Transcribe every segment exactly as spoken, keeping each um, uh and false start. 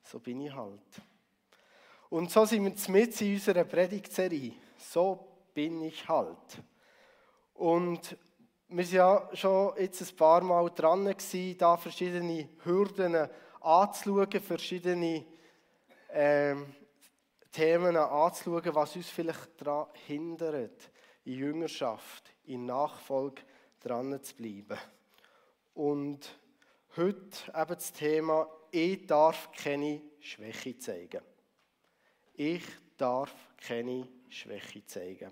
So bin ich halt. Und so sind wir mitten in unserer Predigtserie. So bin ich halt. Und wir waren ja schon jetzt ein paar Mal dran gewesen, da verschiedene Hürden anzuschauen, verschiedene ähm, Themen anzuschauen, was uns vielleicht daran hindert, in Jüngerschaft, in Nachfolge dran zu bleiben. Und heute eben das Thema, ich darf keine Schwäche zeigen. Ich darf keine Schwäche zeigen.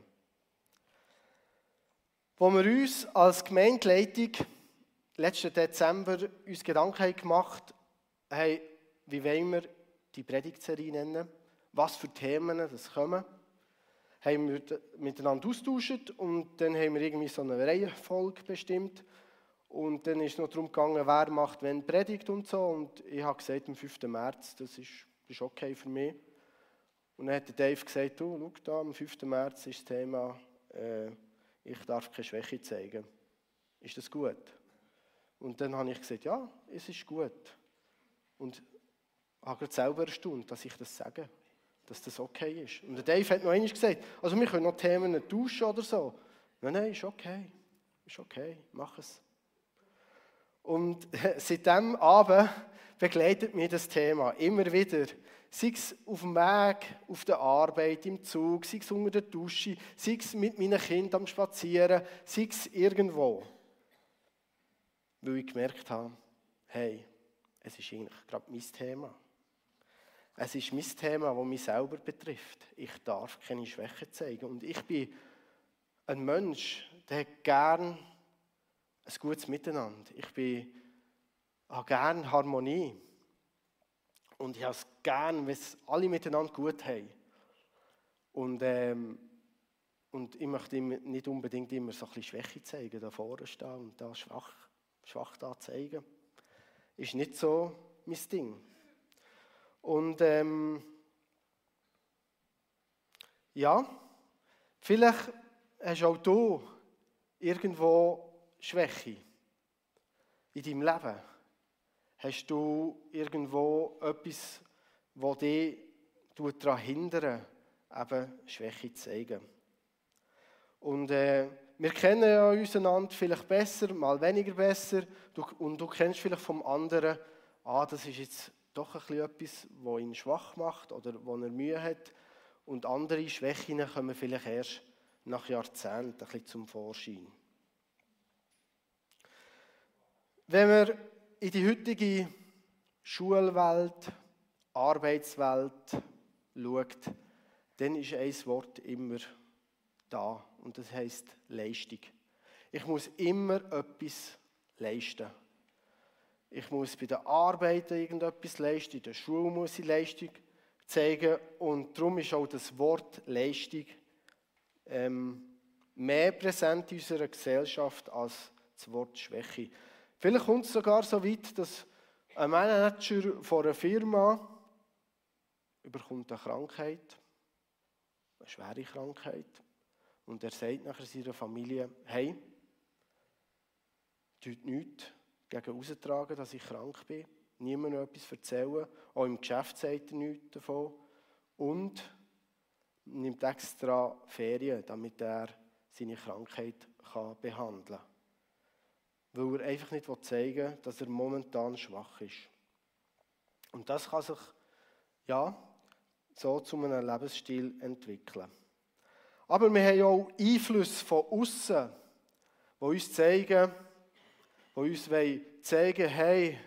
Als wir uns als Gemeindeleitung letzten Dezember uns Gedanken gemacht haben, wie wollen wir die Predigtserie nennen, was für Themen das kommen, haben wir miteinander austauscht und dann haben wir irgendwie so eine Reihenfolge bestimmt. Und dann ist es noch darum gegangen, wer macht wann Predigt und so. Und ich habe gesagt, am fünften März, das ist, ist okay für mich. Und dann hat Dave gesagt, du, schau da, am fünften März ist das Thema, äh, ich darf keine Schwäche zeigen. Ist das gut? Und dann habe ich gesagt, ja, es ist gut. Und habe gerade selber erstaunt, dass ich das sage, dass das okay ist. Und der Dave hat noch einmal gesagt, also wir können noch Themen tauschen oder so. Nein, nein, ist okay, ist okay, mach es. Und seit diesem Abend begleitet mich das Thema immer wieder. Sei es auf dem Weg, auf der Arbeit, im Zug, sei es unter der Dusche, sei es mit meinen Kindern am Spazieren, sei es irgendwo. Weil ich gemerkt habe, hey, es ist eigentlich gerade mein Thema. Es ist mein Thema, das mich selber betrifft. Ich darf keine Schwäche zeigen. Und ich bin ein Mensch, der hat gern ein gutes Miteinander. Ich bin, habe gerne Harmonie. Und ich habe es gerne, wenn es alle miteinander gut haben. Und, ähm, und ich möchte nicht unbedingt immer so ein bisschen Schwäche zeigen, da vorne stehen und da schwach, schwach da zeigen. Ist nicht so mein Ding. Und ähm, ja, vielleicht hast auch du irgendwo Schwäche in deinem Leben. Hast du irgendwo etwas, das dich daran hindert, eben Schwäche zu zeigen? Und äh, wir kennen ja uns einander vielleicht besser, mal weniger besser. Du, und du kennst vielleicht vom anderen, ah, das ist jetzt doch ein bisschen etwas, das ihn schwach macht oder wo er Mühe hat. Und andere Schwächen kommen vielleicht erst nach Jahrzehnten ein bisschen zum Vorschein. Wenn wir in die heutige Schulwelt, Arbeitswelt schaut, dann ist ein Wort immer da und das heisst Leistung. Ich muss immer etwas leisten. Ich muss bei der Arbeit irgendetwas leisten, in der Schule muss ich Leistung zeigen und darum ist auch das Wort Leistung ähm, mehr präsent in unserer Gesellschaft als das Wort Schwäche. Vielleicht kommt es sogar so weit, dass ein Manager von einer Firma überkommt eine Krankheit, eine schwere Krankheit, und er sagt nachher seiner Familie, hey, tut nichts gegen austragen, dass ich krank bin, niemandem etwas erzählen, auch im Geschäft sagt er nichts davon und nimmt extra Ferien, damit er seine Krankheit kann behandeln kann. Weil er einfach nicht zeigen will, dass er momentan schwach ist. Und das kann sich ja, so zu einem Lebensstil entwickeln. Aber wir haben auch Einflüsse von außen, die uns zeigen, die uns zeigen, hey,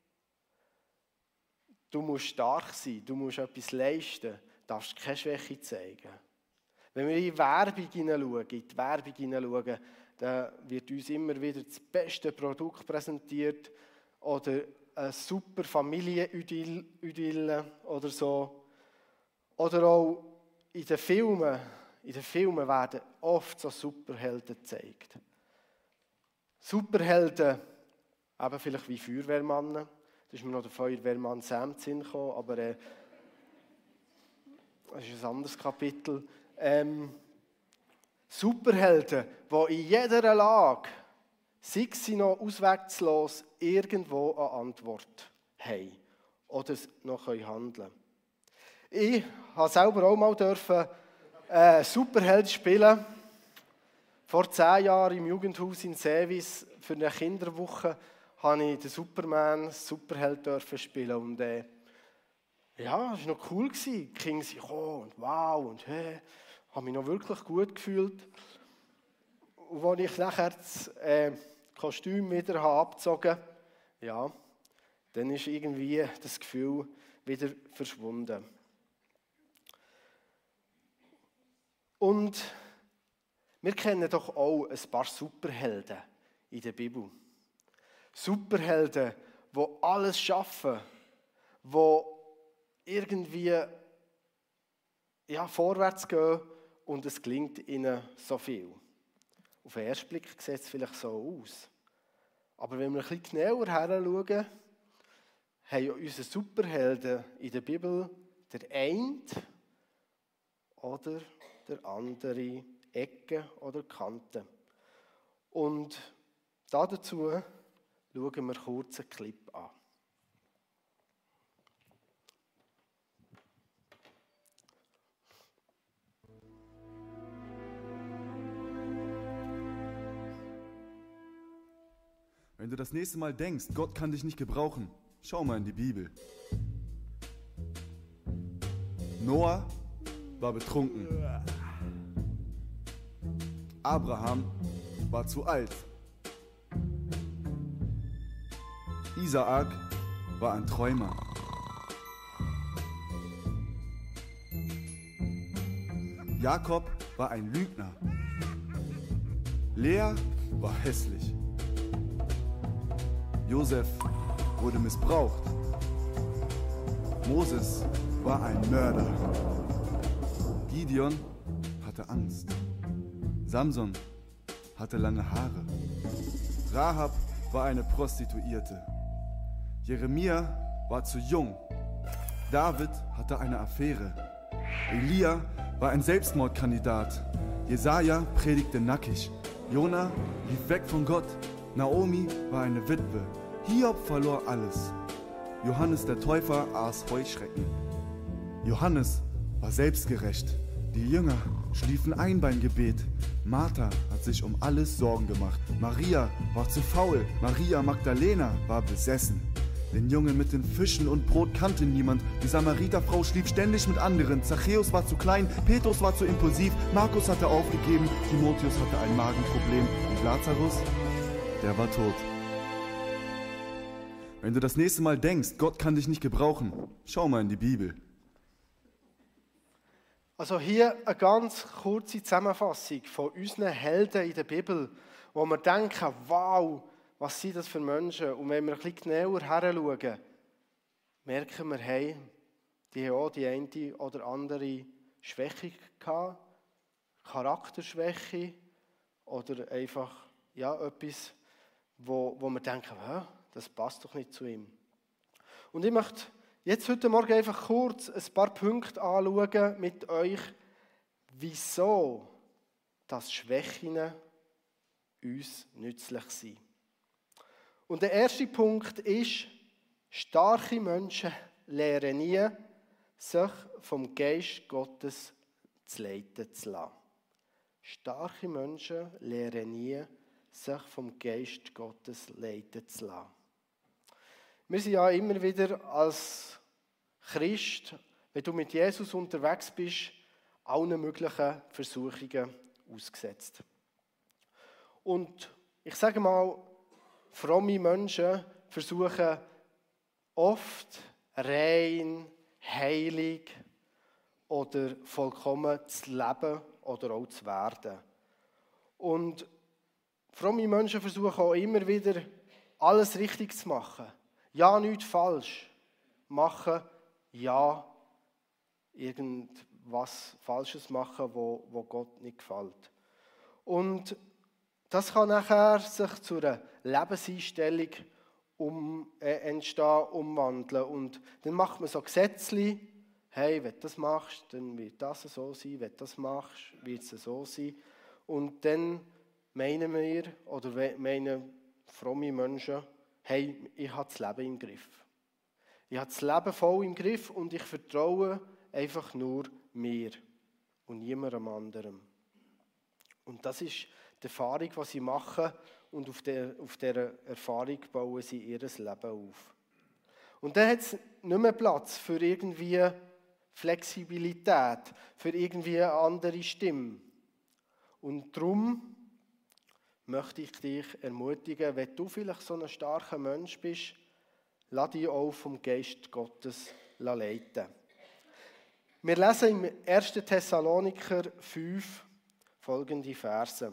du musst stark sein, du musst etwas leisten, darfst keine Schwäche zeigen. Wenn wir in die Werbung hineinschauen, in die Werbung hineinschauen, dann wird uns immer wieder das beste Produkt präsentiert oder eine super Familienidylle oder so. Oder auch in den Filmen, in den Filmen werden oft so Superhelden gezeigt. Superhelden, eben vielleicht wie Feuerwehrmannen. Da ist mir noch der Feuerwehrmann Sam zu Sinn gekommen, aber äh, das ist ein anderes Kapitel. Ähm, Superhelden, die in jeder Lage, sei sie noch ausweglos, irgendwo eine Antwort haben. oder noch handeln können. Ich habe selber auch mal dürfen, äh, Superheld spielen. Vor zehn Jahren im Jugendhaus in Seewis für eine Kinderwoche habe ich den Superman, Superheld dürfen spielen. Und äh, ja, es war noch cool. Die Kinder sind gekommen und wow und hey. Ich habe mich noch wirklich gut gefühlt. Und als ich nachher das äh, Kostüm wieder habe abgezogen habe, ja, dann ist irgendwie das Gefühl wieder verschwunden. Und wir kennen doch auch ein paar Superhelden in der Bibel. Superhelden, die alles schaffen, die irgendwie ja, vorwärts gehen und es gelingt ihnen so viel. Auf den ersten Blick sieht es vielleicht so aus. Aber wenn wir ein bisschen genauer hinschauen, haben unsere Superhelden in der Bibel der eine oder der andere Ecken oder Kanten. Und dazu schauen wir kurz einen Clip an. Wenn du das nächste Mal denkst, Gott kann dich nicht gebrauchen, schau mal in die Bibel. Noah war betrunken. Abraham war zu alt. Isaak war ein Träumer. Jakob war ein Lügner. Lea war hässlich. Josef wurde missbraucht. Moses war ein Mörder. Gideon hatte Angst. Samson hatte lange Haare. Rahab war eine Prostituierte. Jeremia war zu jung. David hatte eine Affäre. Elia war ein Selbstmordkandidat. Jesaja predigte nackig. Jona lief weg von Gott. Naomi war eine Witwe. Hiob verlor alles. Johannes der Täufer aß Heuschrecken. Johannes war selbstgerecht. Die Jünger schliefen ein beim Gebet. Martha hat sich um alles Sorgen gemacht. Maria war zu faul. Maria Magdalena war besessen. Den Jungen mit den Fischen und Brot kannte niemand. Die Samariterfrau schlief ständig mit anderen. Zachäus war zu klein. Petrus war zu impulsiv. Markus hatte aufgegeben. Timotheus hatte ein Magenproblem. Und Lazarus, der war tot. Wenn du das nächste Mal denkst, Gott kann dich nicht gebrauchen, schau mal in die Bibel. Also hier eine ganz kurze Zusammenfassung von unseren Helden in der Bibel, wo wir denken, wow, was sind das für Menschen? Und wenn wir ein bisschen genauer hinschauen, merken wir, hey, die haben auch die eine oder andere Schwäche gehabt, Charakterschwäche oder einfach ja, etwas, wo, wo wir denken, hä, das passt doch nicht zu ihm. Und ich möchte jetzt heute Morgen einfach kurz ein paar Punkte anschauen mit euch, wieso das Schwächen uns nützlich sind. Und der erste Punkt ist, starke Menschen lernen nie, sich vom Geist Gottes zu leiten zu lassen. Starke Menschen lernen nie, sich vom Geist Gottes leiten zu lassen. Wir sind ja immer wieder als Christ, wenn du mit Jesus unterwegs bist, allen möglichen Versuchungen ausgesetzt. Und ich sage mal, fromme Menschen versuchen oft rein, heilig oder vollkommen zu leben oder auch zu werden. Und fromme Menschen versuchen auch immer wieder, alles richtig zu machen. Ja, nichts falsch. Machen, ja, irgendwas Falsches machen, wo, wo Gott nicht gefällt. Und das kann nachher sich zu einer Lebenseinstellung um, äh, entstehen, umwandeln. Und dann macht man so Gesetze, hey, wenn du das machst, dann wird das so sein, wenn du das machst, wird es so sein. Und dann meinen wir, oder meinen fromme Menschen, hey, ich habe das Leben im Griff. Ich habe das Leben voll im Griff und ich vertraue einfach nur mir und niemandem anderem. Und das ist die Erfahrung, die sie machen, und auf, der, auf dieser Erfahrung bauen sie ihr Leben auf. Und dann hat es nicht mehr Platz für irgendwie Flexibilität, für irgendwie eine andere Stimme. Und darum möchte ich dich ermutigen, wenn du vielleicht so ein starker Mensch bist, lass dich auch vom Geist Gottes leiten. Wir lesen im ersten Thessaloniker fünf folgende Verse.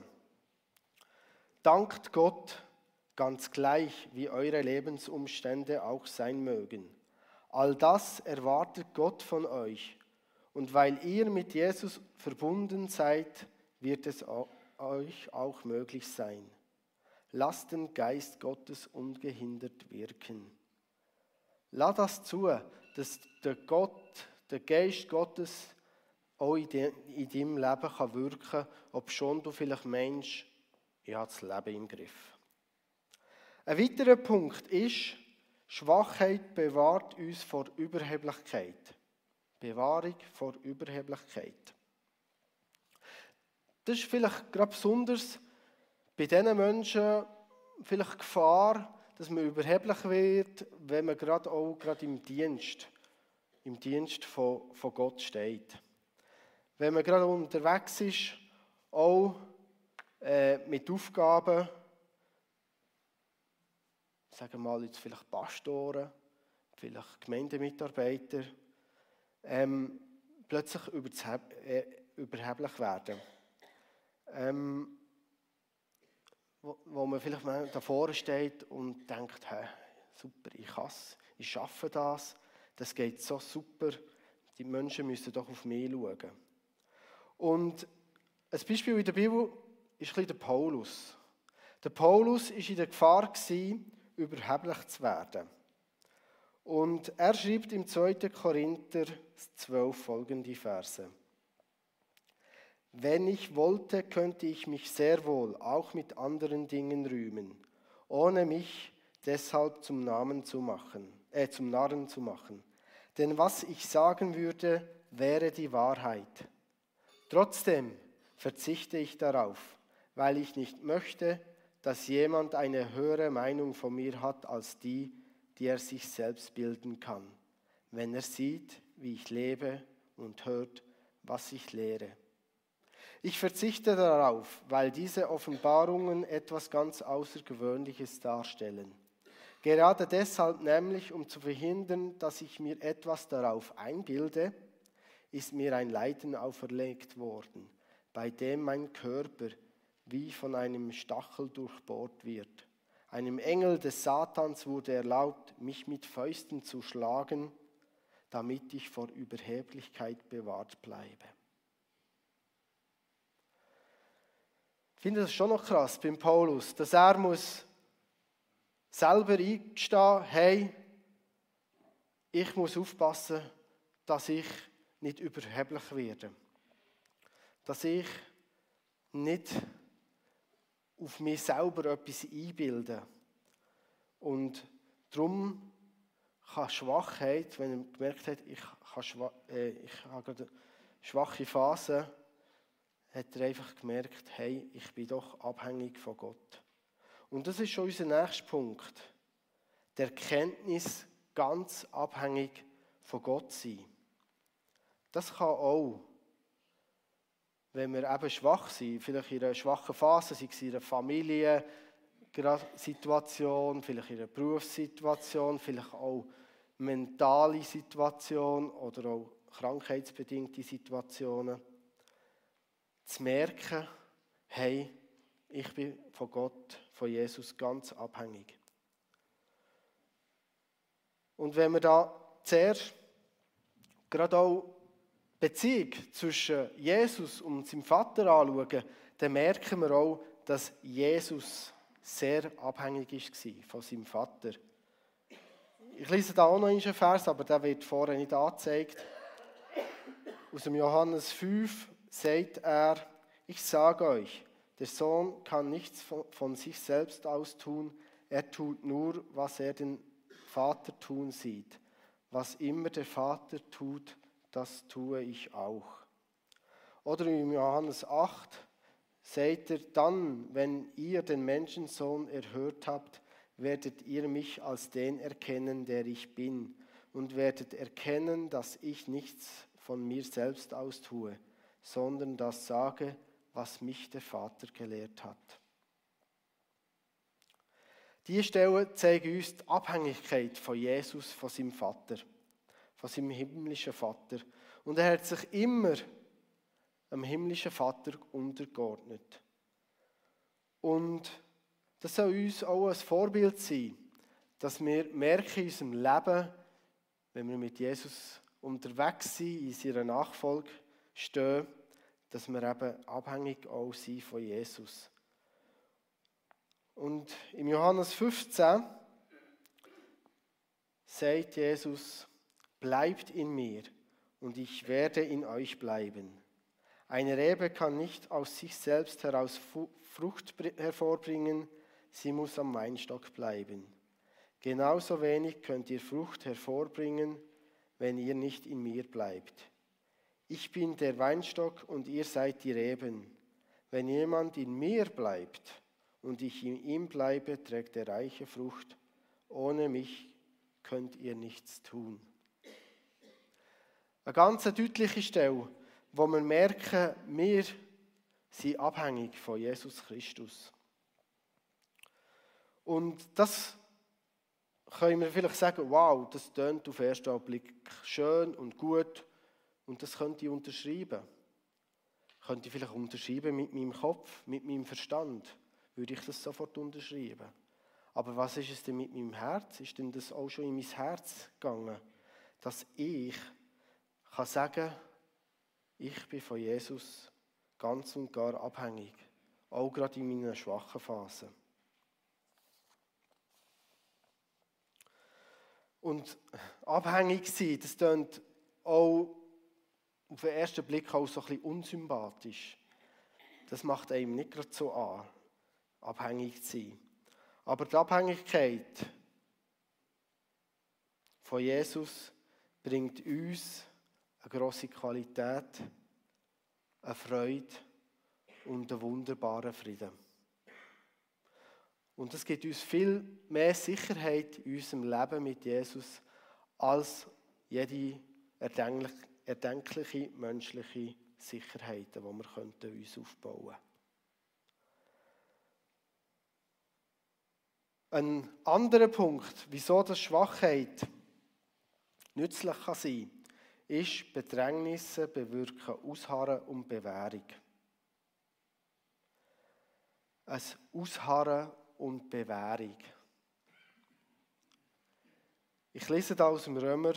Dankt Gott, ganz gleich, wie eure Lebensumstände auch sein mögen. All das erwartet Gott von euch. Und weil ihr mit Jesus verbunden seid, wird es euch auch möglich sein. Lasst den Geist Gottes ungehindert wirken. Lass das zu, dass der Gott, der Geist Gottes auch in deinem Leben kann wirken kann, obschon du vielleicht meinst, ich habe das Leben im Griff. Ein weiterer Punkt ist, Schwachheit bewahrt uns vor Überheblichkeit. Bewahrung vor Überheblichkeit. Das ist vielleicht gerade besonders bei diesen Menschen vielleicht Gefahr, dass man überheblich wird, wenn man gerade auch gerade im Dienst, im Dienst von, von Gott steht. Wenn man gerade unterwegs ist, auch äh, mit Aufgaben, sagen wir mal jetzt vielleicht Pastoren, vielleicht Gemeindemitarbeiter, ähm, plötzlich überheblich werden. Ähm, wo, wo man vielleicht mal davor steht und denkt, hey, super, ich kann es, ich schaffe das, das geht so super, die Menschen müssen doch auf mich schauen. Und ein Beispiel in der Bibel ist ein bisschen der Paulus. Der Paulus war in der Gefahr, überheblich zu werden. Und er schreibt im zweiten Korinther zwölf folgende Verse. Wenn ich wollte, könnte ich mich sehr wohl auch mit anderen Dingen rühmen, ohne mich deshalb zum Namen zu machen, äh, zum Narren zu machen. Denn was ich sagen würde, wäre die Wahrheit. Trotzdem verzichte ich darauf, weil ich nicht möchte, dass jemand eine höhere Meinung von mir hat als die, die er sich selbst bilden kann, wenn er sieht, wie ich lebe und hört, was ich lehre. Ich verzichte darauf, weil diese Offenbarungen etwas ganz Außergewöhnliches darstellen. Gerade deshalb nämlich, um zu verhindern, dass ich mir etwas darauf einbilde, ist mir ein Leiden auferlegt worden, bei dem mein Körper wie von einem Stachel durchbohrt wird. Einem Engel des Satans wurde erlaubt, mich mit Fäusten zu schlagen, damit ich vor Überheblichkeit bewahrt bleibe. Ich finde das schon noch krass beim Paulus, dass er muss selber eingestehen, hey, ich muss aufpassen, dass ich nicht überheblich werde. Dass ich nicht auf mich selber etwas einbilde. Und darum kann Schwachheit, wenn er gemerkt hat, ich, kann schwach, äh, ich habe gerade eine schwache Phase, hat er einfach gemerkt, hey, ich bin doch abhängig von Gott. Und das ist schon unser nächster Punkt. Die Erkenntnis, ganz abhängig von Gott sein. Das kann auch, wenn wir eben schwach sind, vielleicht in einer schwachen Phase, sei es in einer Familiensituation, vielleicht in einer Berufssituation, vielleicht auch mentale Situation oder auch krankheitsbedingte Situationen, zu merken, hey, ich bin von Gott, von Jesus ganz abhängig. Und wenn wir da zuerst gerade auch Beziehung zwischen Jesus und seinem Vater anschauen, dann merken wir auch, dass Jesus sehr abhängig war von seinem Vater. Ich lese da auch noch einen Vers, aber der wird vorher nicht angezeigt. Aus dem Johannes fünf sagt er, ich sage euch, der Sohn kann nichts von sich selbst aus tun, er tut nur, was er den Vater tun sieht. was immer der Vater tut, das tue ich auch. Oder in Johannes acht sagt er, dann, wenn ihr den Menschensohn erhört habt, werdet ihr mich als den erkennen, der ich bin, und werdet erkennen, dass ich nichts von mir selbst aus tue, sondern das sage, was mich der Vater gelehrt hat. Diese Stellen zeigen uns die Abhängigkeit von Jesus, von seinem Vater, von seinem himmlischen Vater. Und er hat sich immer dem himmlischen Vater untergeordnet. Und das soll uns auch ein Vorbild sein, dass wir merken in unserem Leben, wenn wir mit Jesus unterwegs sind, in seiner Nachfolge stehen, dass wir eben abhängig auch sind von Jesus. Und im Johannes fünfzehn sagt Jesus, bleibt in mir und ich werde in euch bleiben. Eine Rebe kann nicht aus sich selbst heraus Frucht hervorbringen, sie muss am Weinstock bleiben. Genauso wenig könnt ihr Frucht hervorbringen, wenn ihr nicht in mir bleibt. Ich bin der Weinstock und ihr seid die Reben. Wenn jemand in mir bleibt und ich in ihm bleibe, trägt er reiche Frucht. Ohne mich könnt ihr nichts tun. Eine ganz deutliche Stelle, wo wir merken, wir sind abhängig von Jesus Christus. Und das können wir vielleicht sagen, wow, das tönt auf den ersten Blick schön und gut und das könnte ich unterschreiben. Könnte ich vielleicht unterschreiben mit meinem Kopf, mit meinem Verstand, würde ich das sofort unterschreiben. Aber was ist es denn mit meinem Herz? Ist denn das auch schon in mein Herz gegangen, dass ich kann sagen, ich bin von Jesus ganz und gar abhängig, auch gerade in meiner schwachen Phase. Und abhängig sein, das klingt auch auf den ersten Blick auch so ein bisschen unsympathisch. Das macht einem nicht gerade so an, abhängig zu sein. Aber die Abhängigkeit von Jesus bringt uns eine grosse Qualität, eine Freude und einen wunderbaren Frieden. Und das gibt uns viel mehr Sicherheit in unserem Leben mit Jesus als jede erdenkliche menschliche Sicherheit, die wir uns aufbauen könnten. Ein anderer Punkt, wieso das Schwachheit nützlich kann sein kann, ist, Bedrängnisse bewirken Ausharren und Bewährung. Ein Ausharren und Bewährung. Ich lese da aus dem Römer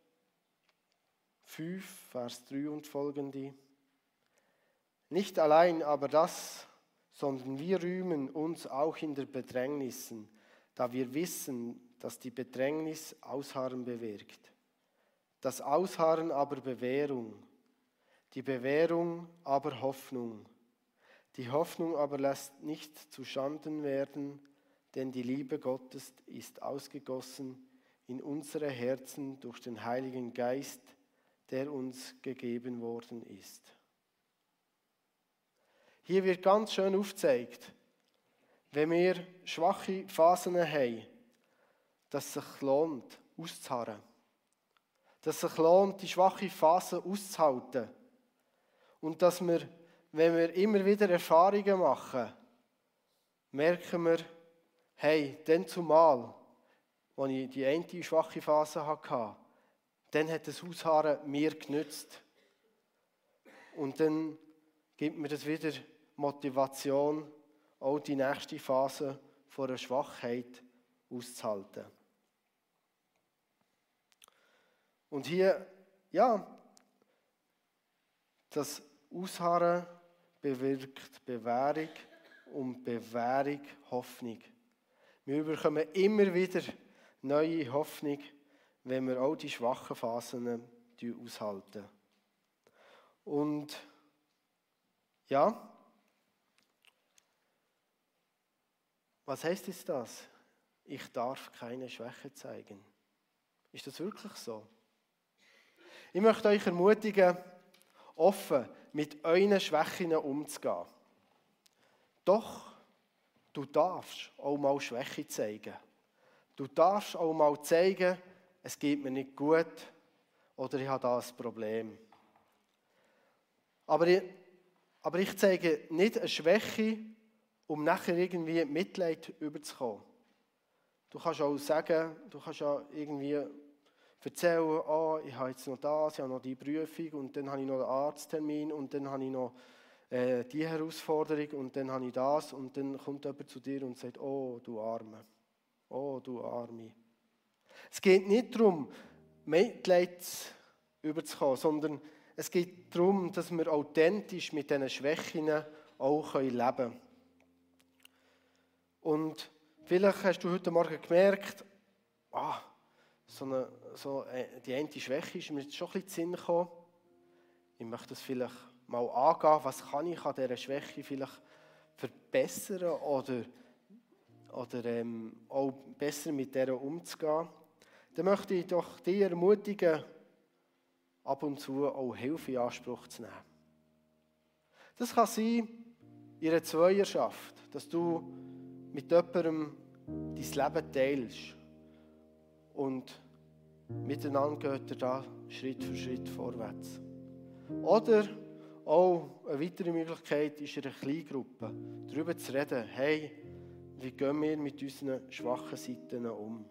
fünf, Vers drei und folgende. Nicht allein aber das, sondern wir rühmen uns auch in der Bedrängnissen, da wir wissen, dass die Bedrängnis Ausharren bewirkt. Das Ausharren aber Bewährung, die Bewährung aber Hoffnung. Die Hoffnung aber lässt nicht zuschanden werden, denn die Liebe Gottes ist ausgegossen in unsere Herzen durch den Heiligen Geist, der uns gegeben worden ist. Hier wird ganz schön aufgezeigt, wenn wir schwache Phasen haben, dass es sich lohnt, auszuharren. Dass es sich lohnt, die schwache Phase auszuhalten. Und dass wir, wenn wir immer wieder Erfahrungen machen, merken wir, hey, dann zumal, als ich die eine schwache Phase hatte, dann hat das Ausharren mir genützt. Und dann gibt mir das wieder Motivation, auch die nächste Phase von einer Schwachheit auszuhalten. Und hier, ja, das Ausharren bewirkt Bewährung und Bewährung Hoffnung. Wir bekommen immer wieder neue Hoffnung, wenn wir auch die schwachen Phasen aushalten. Und ja, was heißt jetzt das? Ich darf keine Schwäche zeigen. Ist das wirklich so? Ich möchte euch ermutigen, offen mit euren Schwächen umzugehen. Doch, du darfst auch mal Schwäche zeigen. Du darfst auch mal zeigen, es geht mir nicht gut oder ich habe da ein Problem. Aber ich, aber ich zeige nicht eine Schwäche, um nachher irgendwie Mitleid überzukommen. Du kannst auch sagen, du kannst ja irgendwie erzählen, oh, ich habe jetzt noch das, ich habe noch die Prüfung und dann habe ich noch einen Arzttermin und dann habe ich noch äh, die Herausforderung und dann habe ich das und dann kommt jemand zu dir und sagt, oh, du Arme, oh, du Arme. Es geht nicht darum, Mitleid überzukommen, sondern es geht darum, dass wir authentisch mit diesen Schwächen auch leben können. Und vielleicht hast du heute Morgen gemerkt, ah, so eine, so die eine Schwäche ist mir jetzt schon ein bisschen in den Sinn gekommen. Ich möchte das vielleicht mal angehen, was kann ich an dieser Schwäche vielleicht verbessern oder, oder ähm, auch besser mit der umzugehen. Dann möchte ich doch dich ermutigen, ab und zu auch Hilfe in Anspruch zu nehmen. Das kann sein in einer Zweierschaft, dass du mit jemandem dein Leben teilst und miteinander geht ihr da Schritt für Schritt vorwärts. Oder auch eine weitere Möglichkeit ist in einer Kleingruppe, darüber zu reden, hey, wie gehen wir mit unseren schwachen Seiten um?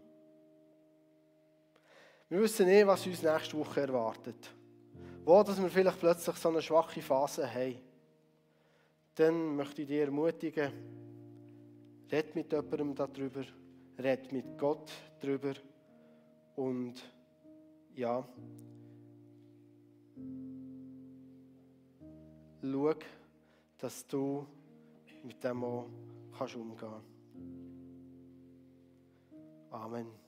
Wir wissen nicht, was uns nächste Woche erwartet. Wo, dass wir vielleicht plötzlich so eine schwache Phase haben. Dann möchte ich dich ermutigen, red mit jemandem darüber, red mit Gott darüber und ja, schau, dass du mit dem auch umgehen kannst. Amen.